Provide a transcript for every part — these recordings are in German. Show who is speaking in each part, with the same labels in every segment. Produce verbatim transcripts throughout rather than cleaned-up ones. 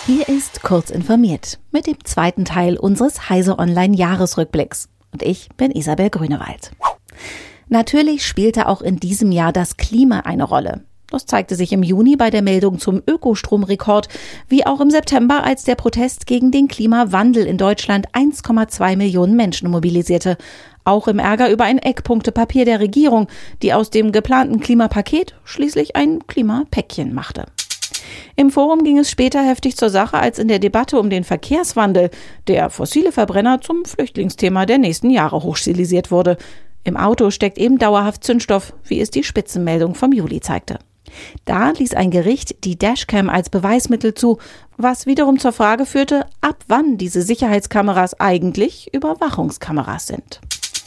Speaker 1: Hier ist Kurz informiert mit dem zweiten Teil unseres Heise Online Jahresrückblicks. Und ich bin Isabel Grünewald. Natürlich spielte auch in diesem Jahr das Klima eine Rolle. Das zeigte sich im Juni bei der Meldung zum Ökostromrekord, wie auch im September, als der Protest gegen den Klimawandel in Deutschland eins Komma zwei Millionen Menschen mobilisierte. Auch im Ärger über ein Eckpunktepapier der Regierung, die aus dem geplanten Klimapaket schließlich ein Klimapäckchen machte. Im Forum ging es später heftig zur Sache, als in der Debatte um den Verkehrswandel der fossile Verbrenner zum Flüchtlingsthema der nächsten Jahre hochstilisiert wurde. Im Auto steckt eben dauerhaft Zündstoff, wie es die Spitzenmeldung vom Juli zeigte. Da ließ ein Gericht die Dashcam als Beweismittel zu, was wiederum zur Frage führte, ab wann diese Sicherheitskameras eigentlich Überwachungskameras sind.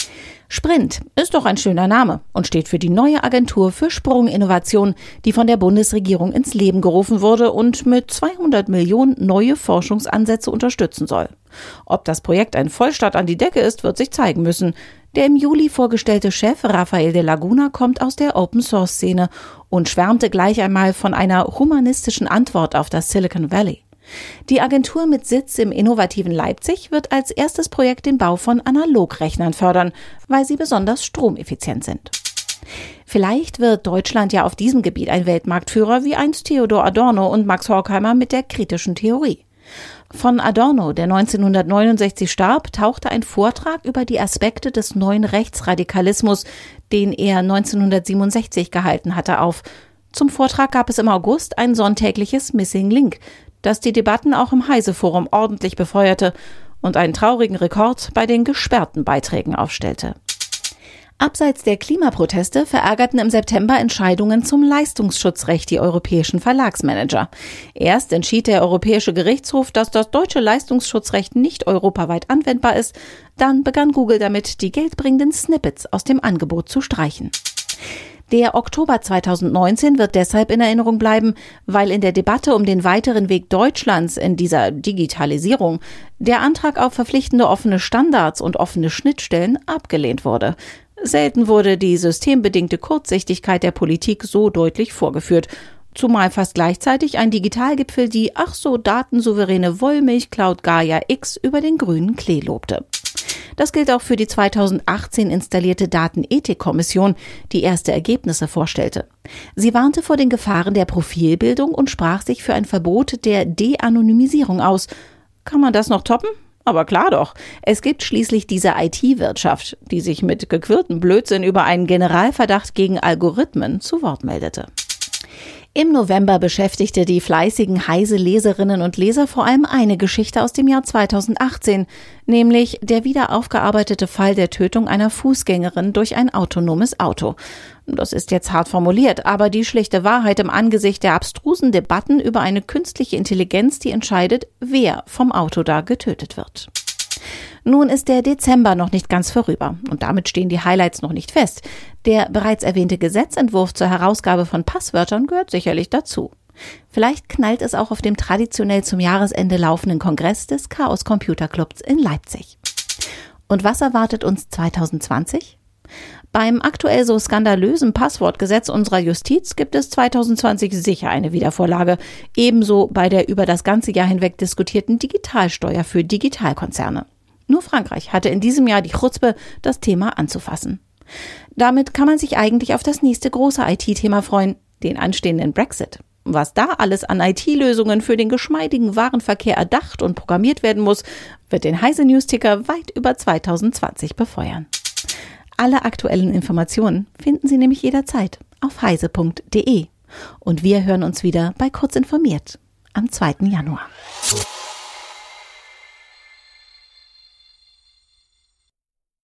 Speaker 1: Sprint ist doch ein schöner Name und steht für die neue Agentur für Sprunginnovation, die von der Bundesregierung ins Leben gerufen wurde und mit zweihundert Millionen neue Forschungsansätze unterstützen soll. Ob das Projekt ein Vollstart an die Decke ist, wird sich zeigen müssen. Der im Juli vorgestellte Chef Rafael de Laguna kommt aus der Open-Source-Szene und schwärmte gleich einmal von einer humanistischen Antwort auf das Silicon Valley. Die Agentur mit Sitz im innovativen Leipzig wird als erstes Projekt den Bau von Analogrechnern fördern, weil sie besonders stromeffizient sind. Vielleicht wird Deutschland ja auf diesem Gebiet ein Weltmarktführer wie einst Theodor Adorno und Max Horkheimer mit der kritischen Theorie. Von Adorno, der neunzehnhundertneunundsechzig starb, tauchte ein Vortrag über die Aspekte des neuen Rechtsradikalismus, den er neunzehnhundertsiebenundsechzig gehalten hatte, auf. Zum Vortrag gab es im August ein sonntägliches Missing Link, das die Debatten auch im Heise-Forum ordentlich befeuerte und einen traurigen Rekord bei den gesperrten Beiträgen aufstellte. Abseits der Klimaproteste verärgerten im September Entscheidungen zum Leistungsschutzrecht die europäischen Verlagsmanager. Erst entschied der Europäische Gerichtshof, dass das deutsche Leistungsschutzrecht nicht europaweit anwendbar ist. Dann begann Google damit, die geldbringenden Snippets aus dem Angebot zu streichen. Der Oktober zweitausendneunzehn wird deshalb in Erinnerung bleiben, weil in der Debatte um den weiteren Weg Deutschlands in dieser Digitalisierung der Antrag auf verpflichtende offene Standards und offene Schnittstellen abgelehnt wurde. Selten wurde die systembedingte Kurzsichtigkeit der Politik so deutlich vorgeführt, zumal fast gleichzeitig ein Digitalgipfel die ach so datensouveräne Wollmilchcloud Gaia X über den grünen Klee lobte. Das gilt auch für die zweitausendachtzehn installierte Datenethikkommission, die erste Ergebnisse vorstellte. Sie warnte vor den Gefahren der Profilbildung und sprach sich für ein Verbot der De-Anonymisierung aus. Kann man das noch toppen? Aber klar doch. Es gibt schließlich diese I T-Wirtschaft, die sich mit gequirltem Blödsinn über einen Generalverdacht gegen Algorithmen zu Wort meldete. Im November beschäftigte die fleißigen Heise-Leserinnen und Leser vor allem eine Geschichte aus dem Jahr zweitausendachtzehn, nämlich der wieder aufgearbeitete Fall der Tötung einer Fußgängerin durch ein autonomes Auto. Das ist jetzt hart formuliert, aber die schlichte Wahrheit im Angesicht der abstrusen Debatten über eine künstliche Intelligenz, die entscheidet, wer vom Auto da getötet wird. Nun ist der Dezember noch nicht ganz vorüber und damit stehen die Highlights noch nicht fest. Der bereits erwähnte Gesetzentwurf zur Herausgabe von Passwörtern gehört sicherlich dazu. Vielleicht knallt es auch auf dem traditionell zum Jahresende laufenden Kongress des Chaos Computer Clubs in Leipzig. Und was erwartet uns zweitausendzwanzig? Beim aktuell so skandalösen Passwortgesetz unserer Justiz gibt es zweitausendzwanzig sicher eine Wiedervorlage, ebenso bei der über das ganze Jahr hinweg diskutierten Digitalsteuer für Digitalkonzerne. Nur Frankreich hatte in diesem Jahr die Chutzpe, das Thema anzufassen. Damit kann man sich eigentlich auf das nächste große I T-Thema freuen, den anstehenden Brexit. Was da alles an I T-Lösungen für den geschmeidigen Warenverkehr erdacht und programmiert werden muss, wird den Heise News-Ticker weit über zweitausendzwanzig befeuern. Alle aktuellen Informationen finden Sie nämlich jederzeit auf heise punkt de. Und wir hören uns wieder bei Kurz informiert am zweiten Januar.